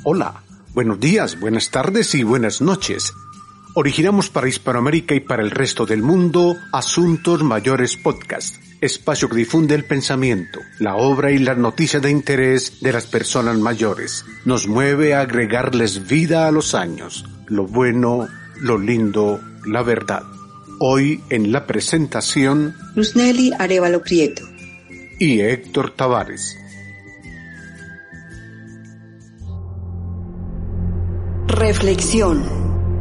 Hola, buenos días, buenas tardes y buenas noches. Originamos para Hispanoamérica y para el resto del mundo Asuntos Mayores Podcast, espacio que difunde el pensamiento, la obra y las noticias de interés de las personas mayores. Nos mueve a agregarles vida a los años, lo bueno, lo lindo, la verdad. Hoy en la presentación, Luz-Nelly Arévalo Prieto y Héctor Tavares. Reflexión.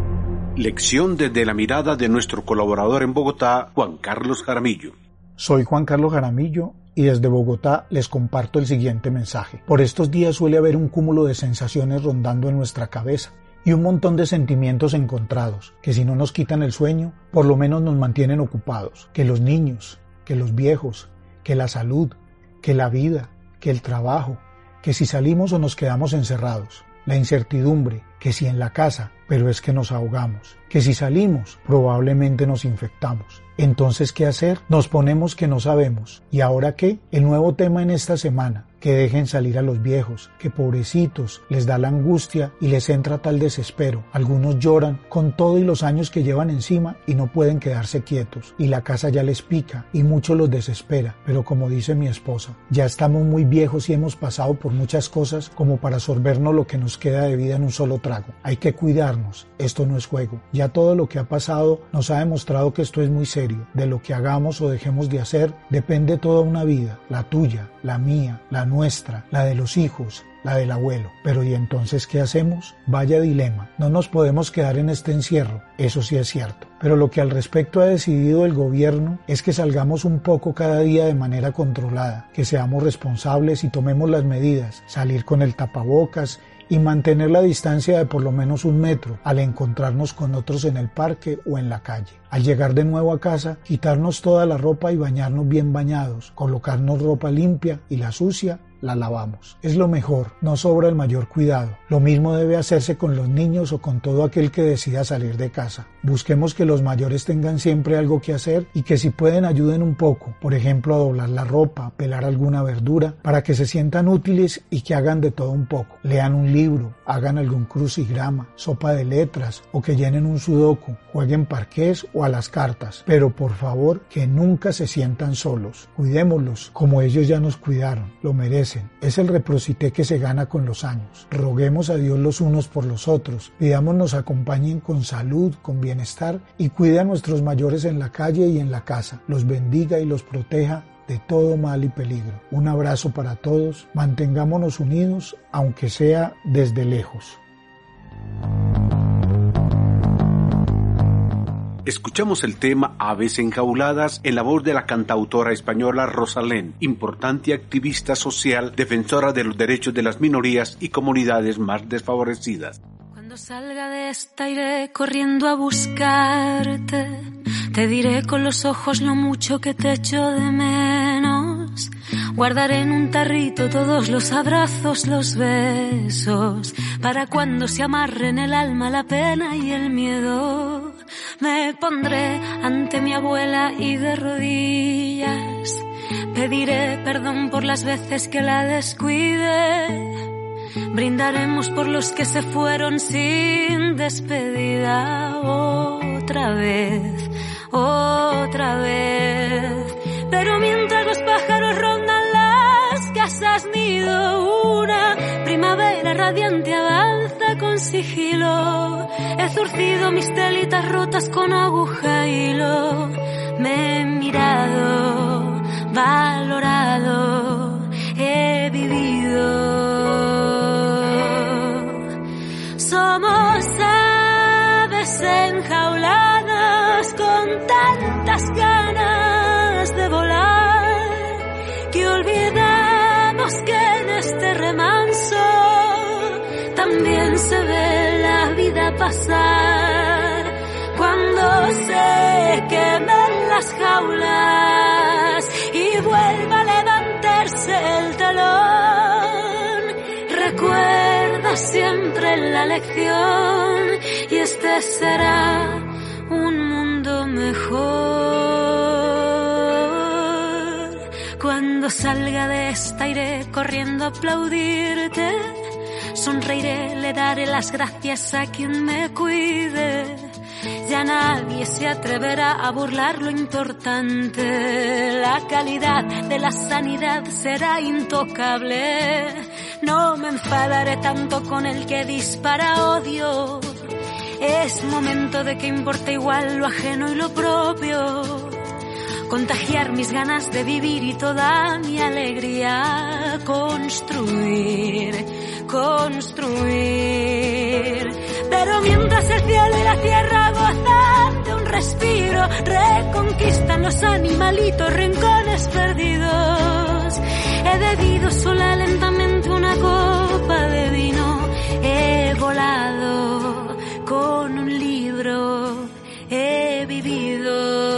Lección desde la mirada de nuestro colaborador en Bogotá, Juan Carlos Jaramillo. Soy Juan Carlos Jaramillo y desde Bogotá les comparto el siguiente mensaje. Por estos días suele haber un cúmulo de sensaciones rondando en nuestra cabeza y un montón de sentimientos encontrados, que si no nos quitan el sueño, por lo menos nos mantienen ocupados. Que los niños, que los viejos, que la salud, que la vida, que el trabajo, que si salimos o nos quedamos encerrados. La incertidumbre, que si en la casa, pero es que nos ahogamos, que si salimos, probablemente nos infectamos. Entonces, ¿qué hacer? Nos ponemos que no sabemos. ¿Y ahora qué? El nuevo tema en esta semana, que dejen salir a los viejos, que pobrecitos, les da la angustia y les entra tal desespero. Algunos lloran con todo y los años que llevan encima y no pueden quedarse quietos, y la casa ya les pica y mucho los desespera. Pero como dice mi esposa, ya estamos muy viejos y hemos pasado por muchas cosas como para sorbernos lo que nos queda de vida en un solo trago. Hay que cuidarnos, esto no es juego. Ya todo lo que ha pasado nos ha demostrado que esto es muy serio. De lo que hagamos o dejemos de hacer depende toda una vida, la tuya, la mía, la nuestra, la de los hijos, la del abuelo. Pero ¿y entonces qué hacemos? Vaya dilema. No nos podemos quedar en este encierro, eso sí es cierto. Pero lo que al respecto ha decidido el gobierno es que salgamos un poco cada día de manera controlada, que seamos responsables y tomemos las medidas, salir con el tapabocas y mantener la distancia de por lo menos 1 metro al encontrarnos con otros en el parque o en la calle. Al llegar de nuevo a casa, quitarnos toda la ropa y bañarnos bien bañados, colocarnos ropa limpia y la sucia la lavamos. Es lo mejor, no sobra el mayor cuidado. Lo mismo debe hacerse con los niños o con todo aquel que decida salir de casa. Busquemos que los mayores tengan siempre algo que hacer y que si pueden ayuden un poco, por ejemplo a doblar la ropa, a pelar alguna verdura, para que se sientan útiles y que hagan de todo un poco. Lean un libro, hagan algún crucigrama, sopa de letras o que llenen un sudoku, jueguen parqués o a las cartas. Pero por favor que nunca se sientan solos. Cuidémoslos como ellos ya nos cuidaron, lo merecen. Es el reciprocité que se gana con los años. Roguemos a Dios los unos por los otros. Pidamos nos acompañen con salud, con bienestar y cuide a nuestros mayores en la calle y en la casa. Los bendiga y los proteja de todo mal y peligro. Un abrazo para todos. Mantengámonos unidos, aunque sea desde lejos. Escuchamos el tema Aves enjauladas en la voz de la cantautora española Rosalén, importante activista social, defensora de los derechos de las minorías y comunidades más desfavorecidas. Cuando salga de esta iré corriendo a buscarte, te diré con los ojos lo mucho que te echo de menos. Guardaré en un tarrito todos los abrazos, los besos, para cuando se amarren el alma, la pena y el miedo. Me pondré ante mi abuela y de rodillas pediré perdón por las veces que la descuide. Brindaremos por los que se fueron sin despedida. Otra vez, otra vez. Pero mientras los pájaros rondan las casas nido, una primavera radiante avanza con sigilo. He zurcido mis telitas rotas con aguja y hilo. Me he mirado, valorado, he vivido. Somos aves enjauladas con tantas ganas de volar que olvidamos que en este remanso también se ve la vida pasar. Cuando se quemen las jaulas y vuelva a levantarse el telón, recuerda siempre la lección y este será un mundo mejor. Cuando salga de esta iré corriendo a aplaudirte, Sonreiré, le daré las gracias a quien me cuide. Ya nadie se atreverá a burlar lo importante. La calidad de la sanidad será intocable. No me enfadaré tanto con el que dispara odio. Es momento de que importe igual lo ajeno y lo propio. Contagiar mis ganas de vivir y toda mi alegría. Construir. Pero mientras el cielo y la tierra gozan de un respiro, reconquistan los animalitos rincones perdidos. He bebido sola lentamente una copa de vino. He volado con un libro. He vivido.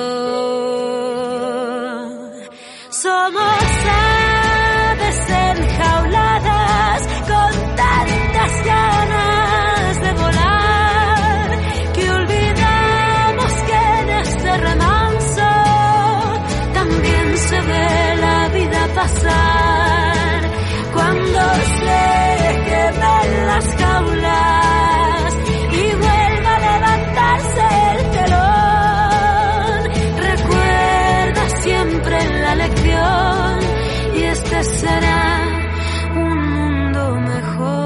Somos aves enjauladas con tantas ganas de volar que olvidamos que en este remanso también se ve la vida pasar. Cuando se quemen las jaulas y vuelva a levantarse el telón, recuerda siempre la lección y este será un mundo mejor.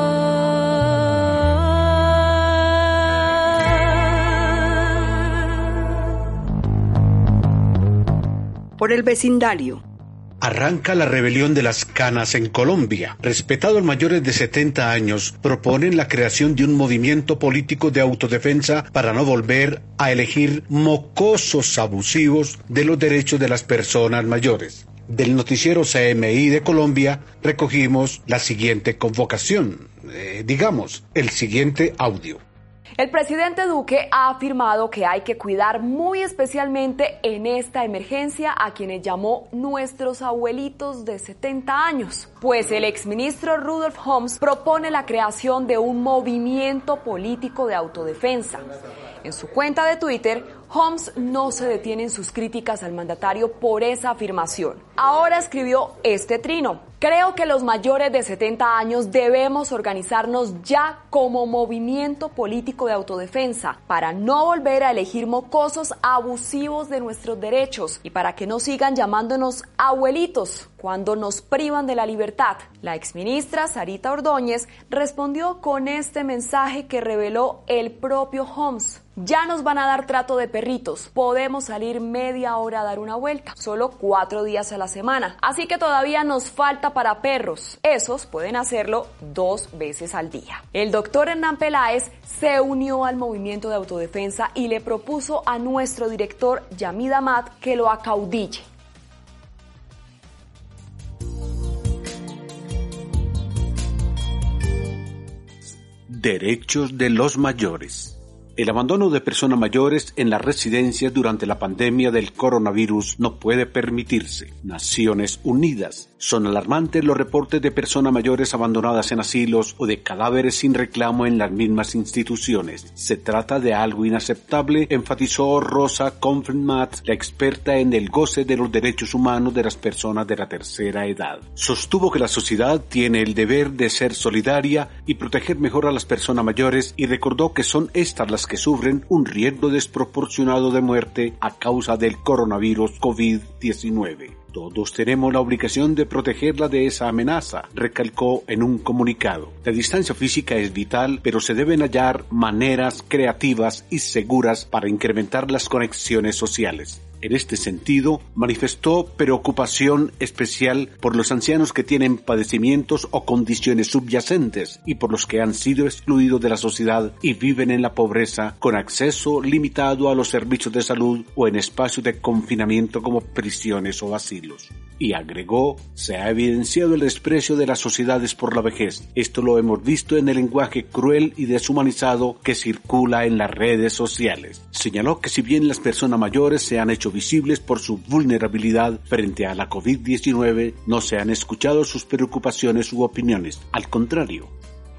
Por el vecindario. Arranca la rebelión de las canas en Colombia. Respetados mayores de 70 años proponen la creación de un movimiento político de autodefensa para no volver a elegir mocosos abusivos de los derechos de las personas mayores. Del noticiero CMI de Colombia recogimos la siguiente convocación, el siguiente audio. El presidente Duque ha afirmado que hay que cuidar muy especialmente en esta emergencia a quienes llamó nuestros abuelitos de 70 años. Pues el exministro Rudolf Homs propone la creación de un movimiento político de autodefensa. En su cuenta de Twitter, Homs no se detiene en sus críticas al mandatario por esa afirmación. Ahora escribió este trino: creo que los mayores de 70 años debemos organizarnos ya como movimiento político de autodefensa para no volver a elegir mocosos abusivos de nuestros derechos y para que no sigan llamándonos abuelitos cuando nos privan de la libertad. La exministra Sarita Ordóñez respondió con este mensaje que reveló el propio Homs: ya nos van a dar trato de perritos, podemos salir media hora a dar una vuelta, solo 4 días a la semana, así que todavía nos falta para perros, esos pueden hacerlo 2 veces al día. El doctor Hernán Peláez se unió al movimiento de autodefensa y le propuso a nuestro director Yamid Amad que lo acaudille. Derechos de los mayores. El abandono de personas mayores en las residencias durante la pandemia del coronavirus no puede permitirse. Naciones Unidas. Son alarmantes los reportes de personas mayores abandonadas en asilos o de cadáveres sin reclamo en las mismas instituciones. Se trata de algo inaceptable, enfatizó Rosa Confirmat, la experta en el goce de los derechos humanos de las personas de la tercera edad. Sostuvo que la sociedad tiene el deber de ser solidaria y proteger mejor a las personas mayores y recordó que son estas las que sufren un riesgo desproporcionado de muerte a causa del coronavirus COVID-19. Todos tenemos la obligación de protegerla de esa amenaza, recalcó en un comunicado. La distancia física es vital, pero se deben hallar maneras creativas y seguras para incrementar las conexiones sociales. En este sentido, manifestó preocupación especial por los ancianos que tienen padecimientos o condiciones subyacentes y por los que han sido excluidos de la sociedad y viven en la pobreza con acceso limitado a los servicios de salud o en espacios de confinamiento como prisiones o asilos. Y agregó, se ha evidenciado el desprecio de las sociedades por la vejez. Esto lo hemos visto en el lenguaje cruel y deshumanizado que circula en las redes sociales. Señaló que si bien las personas mayores se han hecho visibles por su vulnerabilidad frente a la COVID-19, no se han escuchado sus preocupaciones u opiniones. Al contrario,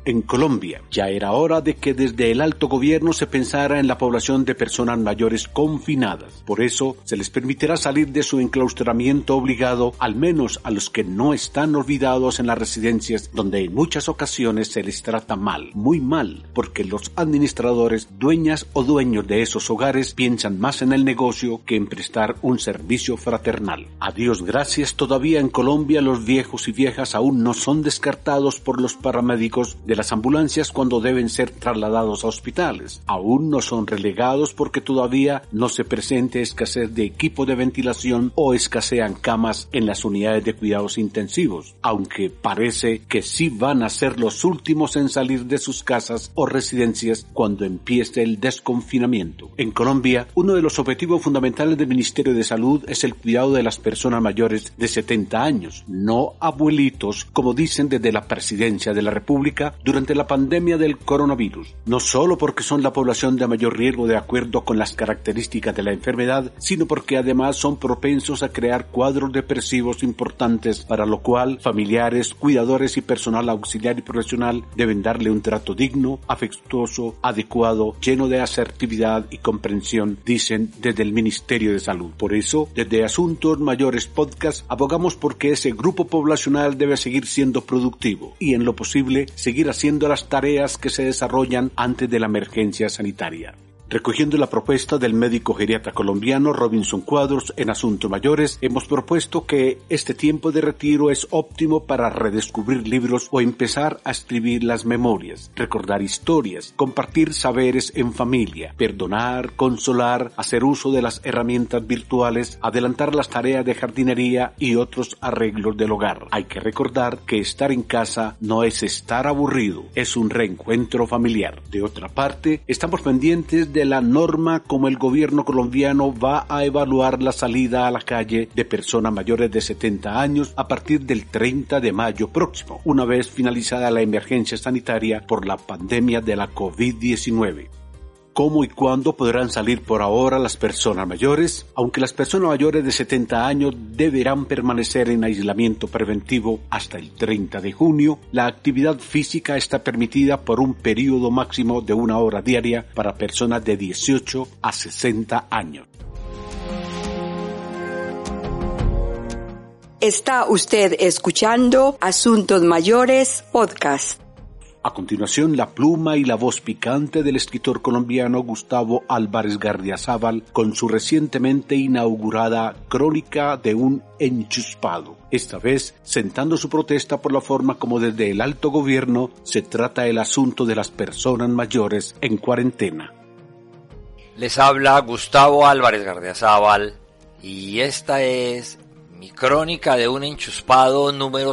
en Colombia. Ya era hora de que desde el alto gobierno se pensara en la población de personas mayores confinadas. Por eso se les permitirá salir de su enclaustramiento obligado, al menos a los que no están olvidados en las residencias, donde en muchas ocasiones se les trata mal, muy mal, porque los administradores, dueñas o dueños de esos hogares piensan más en el negocio que en prestar un servicio fraternal. A Dios gracias, todavía en Colombia los viejos y viejas aún no son descartados por los paramédicos de las ambulancias cuando deben ser trasladados a hospitales. Aún no son relegados porque todavía no se presente escasez de equipo de ventilación o escasean camas en las unidades de cuidados intensivos, aunque parece que sí van a ser los últimos en salir de sus casas o residencias cuando empiece el desconfinamiento. En Colombia, uno de los objetivos fundamentales del Ministerio de Salud es el cuidado de las personas mayores de 70 años, no abuelitos, como dicen desde la Presidencia de la República durante la pandemia del coronavirus. No solo porque son la población de mayor riesgo de acuerdo con las características de la enfermedad, sino porque además son propensos a crear cuadros depresivos importantes, para lo cual familiares, cuidadores y personal auxiliar y profesional deben darle un trato digno, afectuoso, adecuado, lleno de asertividad y comprensión, dicen desde el Ministerio de Salud. Por eso, desde Asuntos Mayores Podcast, abogamos porque ese grupo poblacional debe seguir siendo productivo y, en lo posible, seguir haciendo las tareas que se desarrollan antes de la emergencia sanitaria. Recogiendo la propuesta del médico geriatra colombiano Robinson Cuadros en Asuntos Mayores, hemos propuesto que este tiempo de retiro es óptimo para redescubrir libros o empezar a escribir las memorias, recordar historias, compartir saberes en familia, perdonar, consolar, hacer uso de las herramientas virtuales, adelantar las tareas de jardinería y otros arreglos del hogar. Hay que recordar que estar en casa no es estar aburrido, es un reencuentro familiar. De otra parte, estamos pendientes de la norma como el gobierno colombiano va a evaluar la salida a la calle de personas mayores de 70 años a partir del 30 de mayo próximo, una vez finalizada la emergencia sanitaria por la pandemia de la COVID-19. ¿Cómo y cuándo podrán salir por ahora las personas mayores? Aunque las personas mayores de 70 años deberán permanecer en aislamiento preventivo hasta el 30 de junio, la actividad física está permitida por un periodo máximo de 1 hora diaria para personas de 18 a 60 años. Está usted escuchando Asuntos Mayores Podcast. A continuación, la pluma y la voz picante del escritor colombiano Gustavo Álvarez Gardiazabal con su recientemente inaugurada Crónica de un enchuspado, esta vez sentando su protesta por la forma como desde el alto gobierno se trata el asunto de las personas mayores en cuarentena. Les habla Gustavo Álvarez Gardiazabal y esta es mi Crónica de un enchuspado número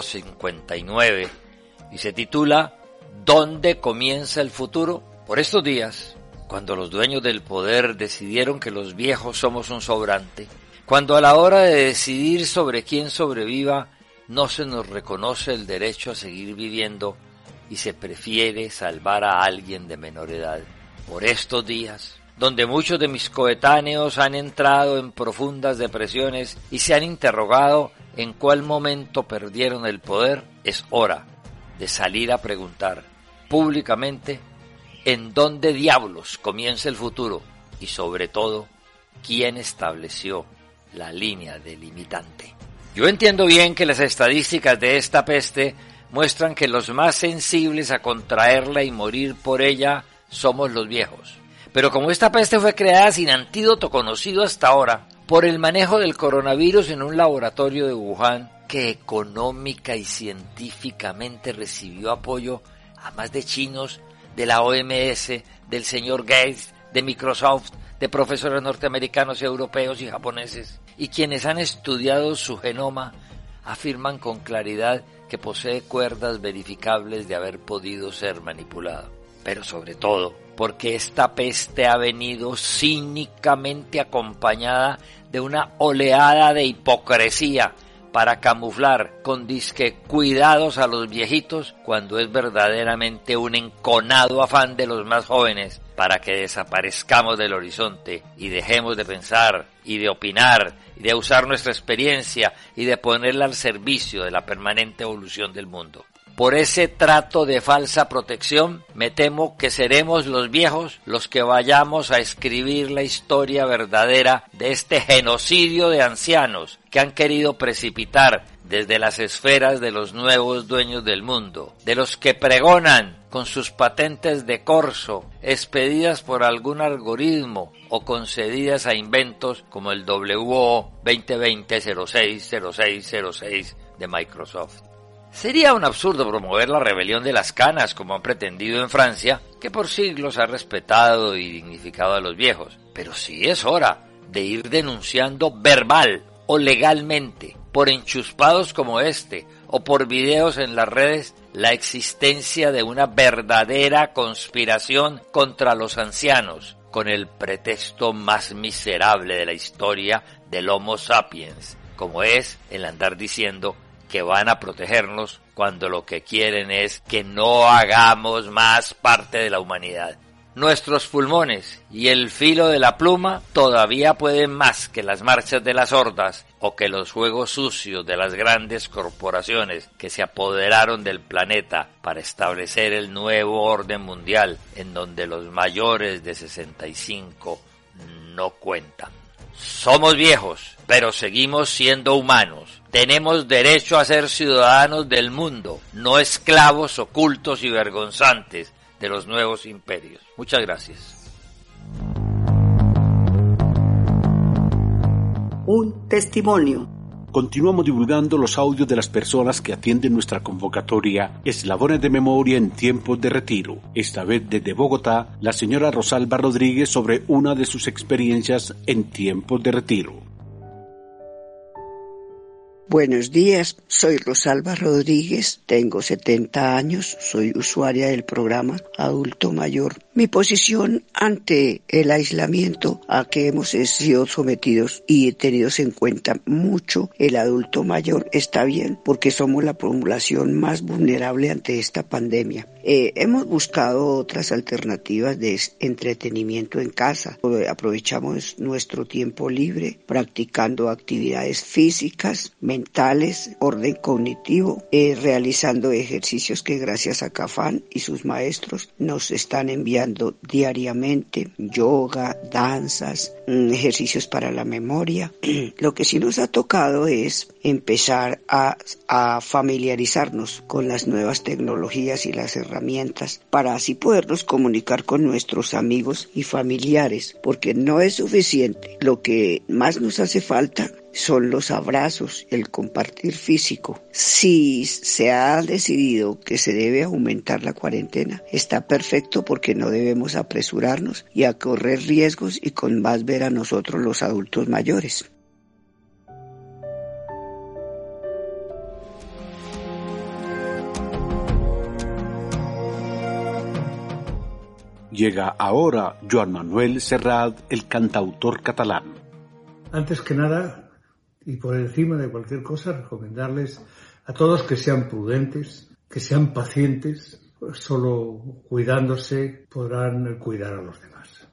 59 y se titula ¿Dónde comienza el futuro? Por estos días, cuando los dueños del poder decidieron que los viejos somos un sobrante, cuando a la hora de decidir sobre quién sobreviva no se nos reconoce el derecho a seguir viviendo y se prefiere salvar a alguien de menor edad. Por estos días, donde muchos de mis coetáneos han entrado en profundas depresiones y se han interrogado en cuál momento perdieron el poder, es hora de salir a preguntar públicamente en dónde diablos comienza el futuro y sobre todo quién estableció la línea delimitante. Yo entiendo bien que las estadísticas de esta peste muestran que los más sensibles a contraerla y morir por ella somos los viejos. Pero como esta peste fue creada sin antídoto conocido hasta ahora, por el manejo del coronavirus en un laboratorio de Wuhan, que económica y científicamente recibió apoyo a más de chinos, de la OMS, del señor Gates, de Microsoft, de profesores norteamericanos y europeos y japoneses, y quienes han estudiado su genoma afirman con claridad que posee cuerdas verificables de haber podido ser manipulado. Pero sobre todo, porque esta peste ha venido cínicamente acompañada de una oleada de hipocresía para camuflar con disque cuidados a los viejitos cuando es verdaderamente un enconado afán de los más jóvenes para que desaparezcamos del horizonte y dejemos de pensar y de opinar y de usar nuestra experiencia y de ponerla al servicio de la permanente evolución del mundo. por ese trato de falsa protección, me temo que seremos los viejos los que vayamos a escribir la historia verdadera de este genocidio de ancianos que han querido precipitar desde las esferas de los nuevos dueños del mundo, de los que pregonan con sus patentes de corso, expedidas por algún algoritmo o concedidas a inventos como el WO 2020-06-06-06 de Microsoft. Sería un absurdo promover la rebelión de las canas como han pretendido en Francia, que por siglos ha respetado y dignificado a los viejos, pero sí es hora de ir denunciando verbal o legalmente, por enchuspados como este, o por videos en las redes, la existencia de una verdadera conspiración contra los ancianos, con el pretexto más miserable de la historia del Homo sapiens, como es el andar diciendo que van a protegernos cuando lo que quieren es que no hagamos más parte de la humanidad. Nuestros pulmones y el filo de la pluma todavía pueden más que las marchas de las hordas o que los juegos sucios de las grandes corporaciones que se apoderaron del planeta para establecer el nuevo orden mundial en donde los mayores de 65 no cuentan. Somos viejos, pero seguimos siendo humanos. Tenemos derecho a ser ciudadanos del mundo, no esclavos ocultos y vergonzantes de los nuevos imperios. Muchas gracias. Un testimonio. Continuamos divulgando los audios de las personas que atienden nuestra convocatoria Eslabones de Memoria en Tiempos de Retiro. Esta vez desde Bogotá, la señora Rosalba Rodríguez sobre una de sus experiencias en tiempos de retiro. Buenos días, soy Rosalba Rodríguez, tengo 70 años, soy usuaria del programa Adulto Mayor. Mi posición ante el aislamiento a que hemos sido sometidos y tenidos en cuenta mucho el adulto mayor está bien porque somos la población más vulnerable ante esta pandemia. Hemos buscado otras alternativas de entretenimiento en casa. Aprovechamos nuestro tiempo libre practicando actividades físicas, mentales, orden cognitivo, realizando ejercicios que gracias a Cafán y sus maestros nos están enviando diariamente, yoga, danzas, ejercicios para la memoria. Lo que sí nos ha tocado es empezar a familiarizarnos con las nuevas tecnologías y las herramientas para así podernos comunicar con nuestros amigos y familiares, porque no es suficiente. Lo que más nos hace falta son los abrazos, el compartir físico. Si se ha decidido que se debe aumentar la cuarentena, está perfecto porque no debemos apresurarnos y a correr riesgos y con más ver a nosotros los adultos mayores. Llega ahora Joan Manuel Serrat, el cantautor catalán. Antes que nada, y por encima de cualquier cosa, recomendarles a todos que sean prudentes, que sean pacientes, pues solo cuidándose podrán cuidar a los demás.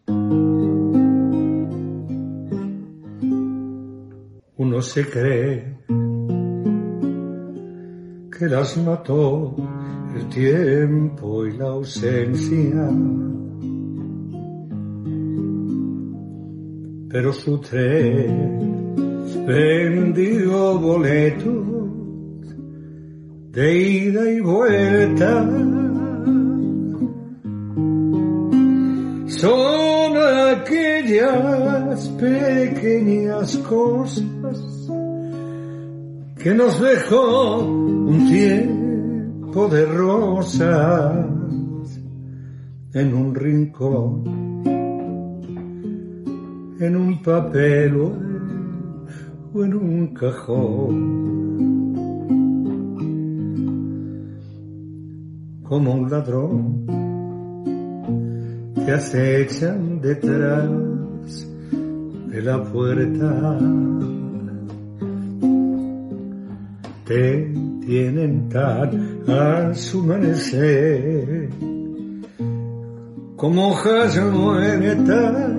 Uno se cree que las mató el tiempo y la ausencia, pero su tren vendió boletos de ida y vuelta. Son aquellas pequeñas cosas que nos dejó un tiempo de rosas en un rincón, en un papel o en un cajón, como un ladrón que acechan detrás de la puerta. Te tienen tan a su merced como hojas muertas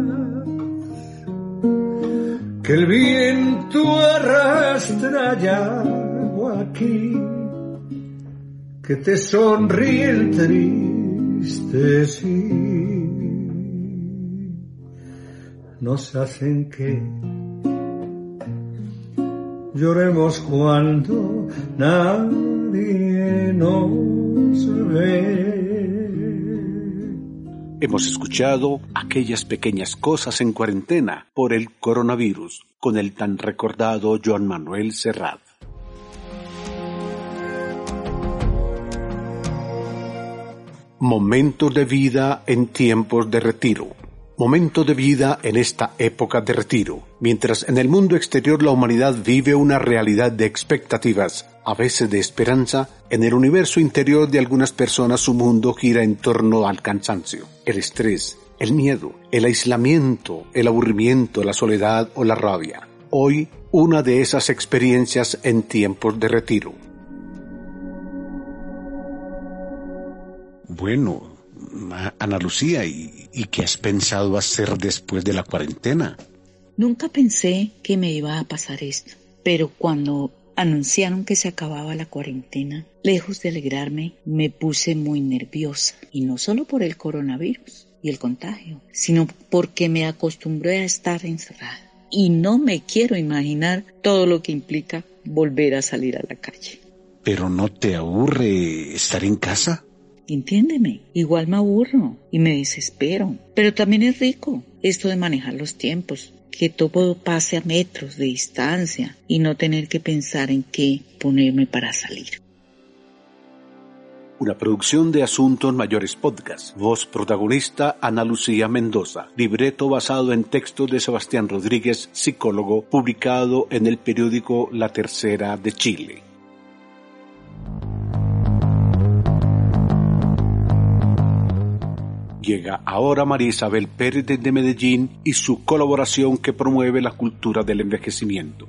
que el viento arrastra ya aquí, que te sonríe el triste sí, nos hacen que lloremos cuando nadie nos ve. Hemos escuchado Aquellas pequeñas cosas en cuarentena por el coronavirus con el tan recordado Joan Manuel Serrat. Momentos de vida en tiempos de retiro. Momento de vida en esta época de retiro, mientras en el mundo exterior la humanidad vive una realidad de expectativas, a veces de esperanza, en el universo interior de algunas personas su mundo gira en torno al cansancio, el estrés, el miedo, el aislamiento, el aburrimiento, la soledad o la rabia. Hoy, una de esas experiencias en tiempos de retiro. Bueno, Ana Lucía, ¿y qué has pensado hacer después de la cuarentena? Nunca pensé que me iba a pasar esto, pero cuando anunciaron que se acababa la cuarentena, lejos de alegrarme, me puse muy nerviosa, y no solo por el coronavirus y el contagio, sino porque me acostumbré a estar encerrada, y no me quiero imaginar todo lo que implica volver a salir a la calle. ¿Pero no te aburre estar en casa? Entiéndeme, igual me aburro y me desespero, pero también es rico esto de manejar los tiempos, que todo pase a metros de distancia y no tener que pensar en qué ponerme para salir. Una producción de Asuntos Mayores Podcast. Voz protagonista Ana Lucía Mendoza. Libreto basado en textos de Sebastián Rodríguez, psicólogo, publicado en el periódico La Tercera de Chile. Llega ahora María Isabel Pérez desde Medellín y su colaboración que promueve la cultura del envejecimiento.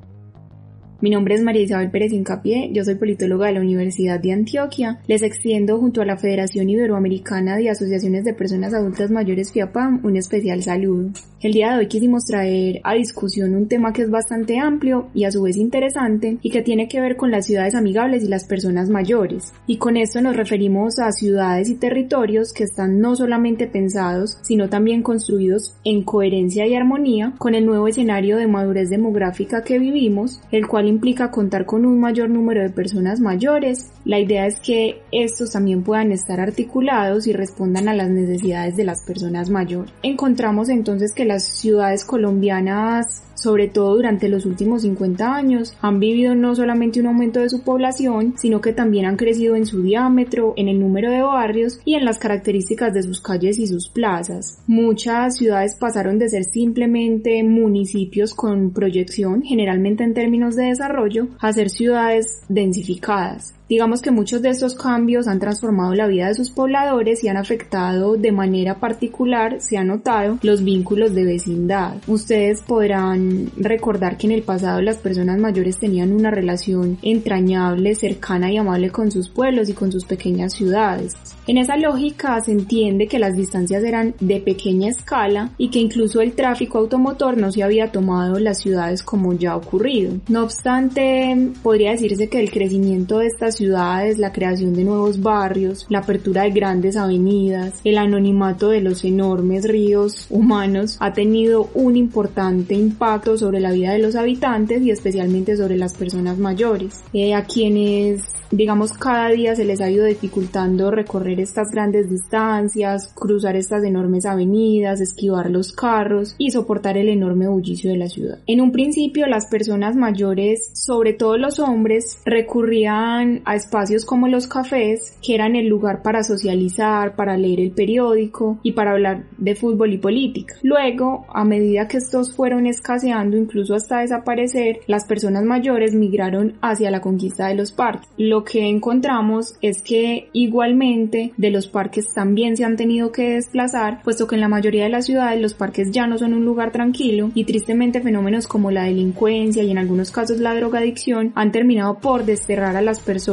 Mi nombre es María Isabel Pérez Hincapié, yo soy politóloga de la Universidad de Antioquia. Les extiendo junto a la Federación Iberoamericana de Asociaciones de Personas Adultas Mayores FIAPAM un especial saludo. El día de hoy quisimos traer a discusión un tema que es bastante amplio y a su vez interesante y que tiene que ver con las ciudades amigables y las personas mayores. Y con esto nos referimos a ciudades y territorios que están no solamente pensados, sino también construidos en coherencia y armonía con el nuevo escenario de madurez demográfica que vivimos, el cual implica contar con un mayor número de personas mayores. La idea es que estos también puedan estar articulados y respondan a las necesidades de las personas mayores. Encontramos entonces que las ciudades colombianas, sobre todo durante los últimos 50 años, han vivido no solamente un aumento de su población, sino que también han crecido en su diámetro, en el número de barrios y en las características de sus calles y sus plazas. Muchas ciudades pasaron de ser simplemente municipios con proyección, generalmente en términos de desarrollo, a ser ciudades densificadas. Digamos que muchos de estos cambios han transformado la vida de sus pobladores y han afectado de manera particular, se ha notado, los vínculos de vecindad. Ustedes podrán recordar que en el pasado las personas mayores tenían una relación entrañable, cercana y amable con sus pueblos y con sus pequeñas ciudades. En esa lógica se entiende que las distancias eran de pequeña escala y que incluso el tráfico automotor no se había tomado las ciudades como ya ha ocurrido. No obstante, podría decirse que el crecimiento de estas ciudades, la creación de nuevos barrios, la apertura de grandes avenidas, el anonimato de los enormes ríos humanos ha tenido un importante impacto sobre la vida de los habitantes y especialmente sobre las personas mayores, a quienes cada día se les ha ido dificultando recorrer estas grandes distancias, cruzar estas enormes avenidas, esquivar los carros y soportar el enorme bullicio de la ciudad. En un principio, las personas mayores, sobre todo los hombres, recurrían a espacios como los cafés, que eran el lugar para socializar, para leer el periódico y para hablar de fútbol y política. Luego, a medida que estos fueron escaseando, incluso hasta desaparecer, las personas mayores migraron hacia la conquista de los parques. Lo que encontramos es que igualmente de los parques también se han tenido que desplazar, puesto que en la mayoría de las ciudades los parques ya no son un lugar tranquilo y tristemente fenómenos como la delincuencia y en algunos casos la drogadicción han terminado por desterrar a las personas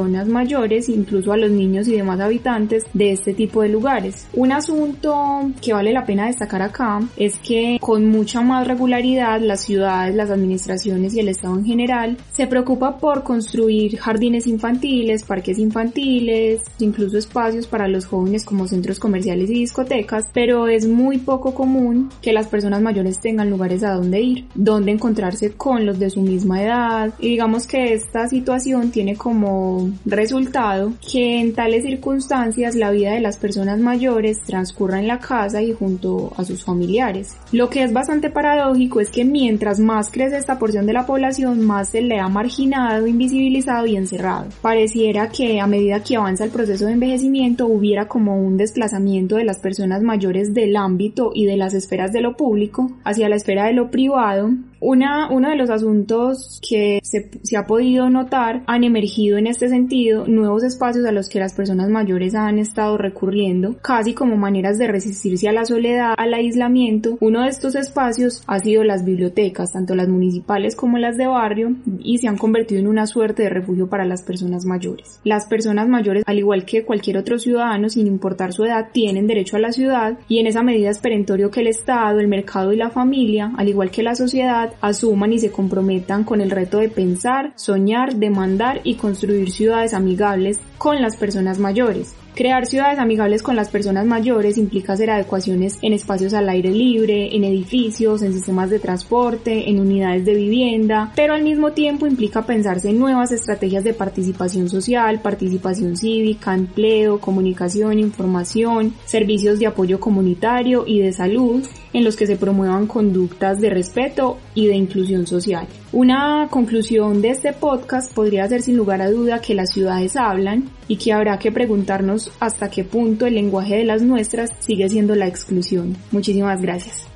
personas mayores, incluso a los niños y demás habitantes de este tipo de lugares. Un asunto que vale la pena destacar acá es que con mucha más regularidad las ciudades, las administraciones y el Estado en general se preocupa por construir jardines infantiles, parques infantiles, incluso espacios para los jóvenes como centros comerciales y discotecas, pero es muy poco común que las personas mayores tengan lugares a donde ir, donde encontrarse con los de su misma edad, y digamos que esta situación tiene como resultado que en tales circunstancias la vida de las personas mayores transcurra en la casa y junto a sus familiares. Lo que es bastante paradójico es que mientras más crece esta porción de la población, más se le ha marginado, invisibilizado y encerrado. Pareciera que a medida que avanza el proceso de envejecimiento hubiera como un desplazamiento de las personas mayores del ámbito y de las esferas de lo público hacia la esfera de lo privado. Uno de los asuntos que se ha podido notar, han emergido en este sentido nuevos espacios a los que las personas mayores han estado recurriendo, casi como maneras de resistirse a la soledad, al aislamiento. Uno de estos espacios ha sido las bibliotecas, tanto las municipales como las de barrio, y se han convertido en una suerte de refugio para las personas mayores. Las personas mayores, al igual que cualquier otro ciudadano, sin importar su edad, tienen derecho a la ciudad, y en esa medida es perentorio que el Estado, el mercado y la familia, al igual que la sociedad, asuman y se comprometan con el reto de pensar, soñar, demandar y construir ciudades amigables con las personas mayores. Crear ciudades amigables con las personas mayores implica hacer adecuaciones en espacios al aire libre, en edificios, en sistemas de transporte, en unidades de vivienda, pero al mismo tiempo implica pensarse en nuevas estrategias de participación social, participación cívica, empleo, comunicación, información, servicios de apoyo comunitario y de salud, en los que se promuevan conductas de respeto y de inclusión social. Una conclusión de este podcast podría ser sin lugar a duda que las ciudades hablan y que habrá que preguntarnos hasta qué punto el lenguaje de las nuestras sigue siendo la exclusión. Muchísimas gracias.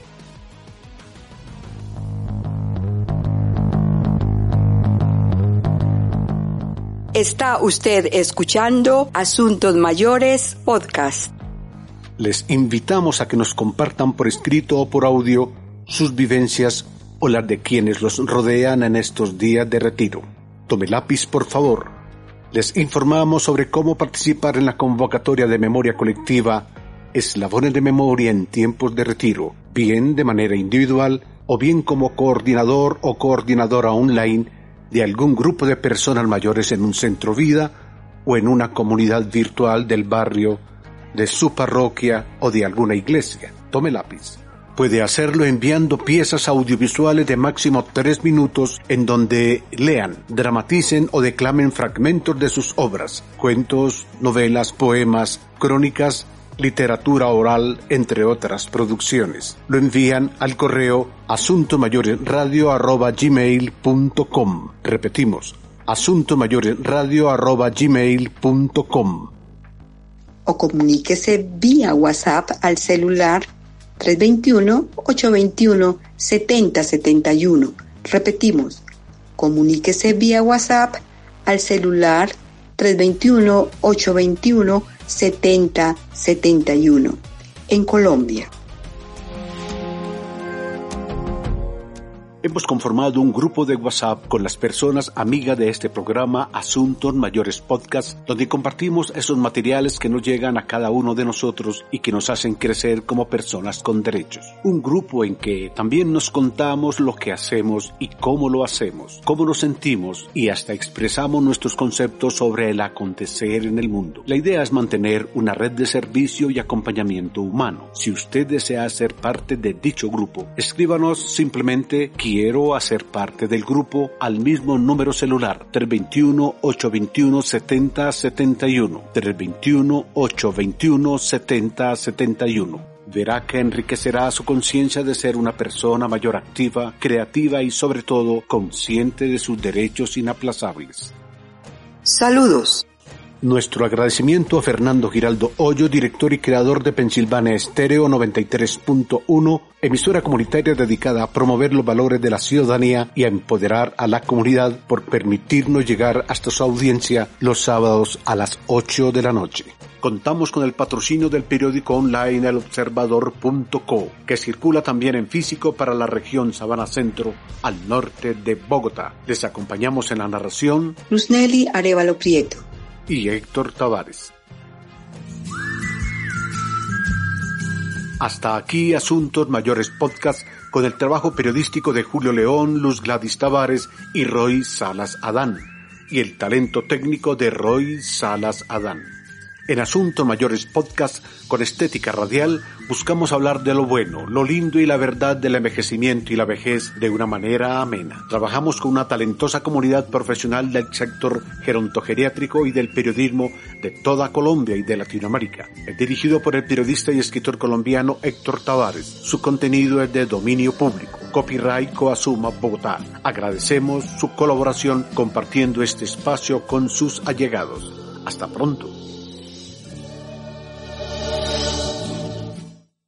Está usted escuchando Asuntos Mayores Podcast. Les invitamos a que nos compartan por escrito o por audio sus vivencias o las de quienes los rodean en estos días de retiro. Tome lápiz, por favor. Les informamos sobre cómo participar en la convocatoria de memoria colectiva Eslabones de Memoria en tiempos de retiro, bien de manera individual o bien como coordinador o coordinadora online de algún grupo de personas mayores en un centro vida o en una comunidad virtual del barrio, de su parroquia o de alguna iglesia. Tome lápiz. Puede hacerlo enviando piezas audiovisuales de máximo 3 minutos en donde lean, dramaticen o declamen fragmentos de sus obras, cuentos, novelas, poemas, crónicas, literatura oral, entre otras producciones. Lo envían al correo asuntomayoresradio@gmail.com. Repetimos, asuntomayoresradio@gmail.com. O comuníquese vía WhatsApp al celular 321-821-7071. Repetimos, comuníquese vía WhatsApp al celular 321-821-7071. En Colombia. Hemos conformado un grupo de WhatsApp con las personas amigas de este programa Asuntos Mayores Podcast, donde compartimos esos materiales que nos llegan a cada uno de nosotros y que nos hacen crecer como personas con derechos. Un grupo en que también nos contamos lo que hacemos y cómo lo hacemos, cómo nos sentimos y hasta expresamos nuestros conceptos sobre el acontecer en el mundo. La idea es mantener una red de servicio y acompañamiento humano. Si usted desea ser parte de dicho grupo, escríbanos simplemente quiero hacer parte del grupo al mismo número celular 321-821-7071, 321-821-7071. Verá que enriquecerá su conciencia de ser una persona mayor activa, creativa y sobre todo consciente de sus derechos inaplazables. Saludos. Nuestro agradecimiento a Fernando Giraldo Hoyo, director y creador de Pensilvania Estéreo 93.1, emisora comunitaria dedicada a promover los valores de la ciudadanía y a empoderar a la comunidad, por permitirnos llegar hasta su audiencia los sábados a las 8 de la noche. Contamos con el patrocinio del periódico online elobservador.co, que circula también en físico para la región Sabana Centro, al norte de Bogotá. Les acompañamos en la narración Luz Nelly Arévalo Prieto y Héctor Tavares. Hasta aquí Asuntos Mayores Podcast, con el trabajo periodístico de Julio León, Luz Gladys Tavares y Roy Salas Adán, y el talento técnico de Roy Salas Adán. En Asuntos Mayores Podcast, con estética radial, buscamos hablar de lo bueno, lo lindo y la verdad del envejecimiento y la vejez de una manera amena. Trabajamos con una talentosa comunidad profesional del sector gerontogeriátrico y del periodismo de toda Colombia y de Latinoamérica. Es dirigido por el periodista y escritor colombiano Héctor Tavares. Su contenido es de dominio público. Copyright Coasuma Bogotá. Agradecemos su colaboración compartiendo este espacio con sus allegados. Hasta pronto.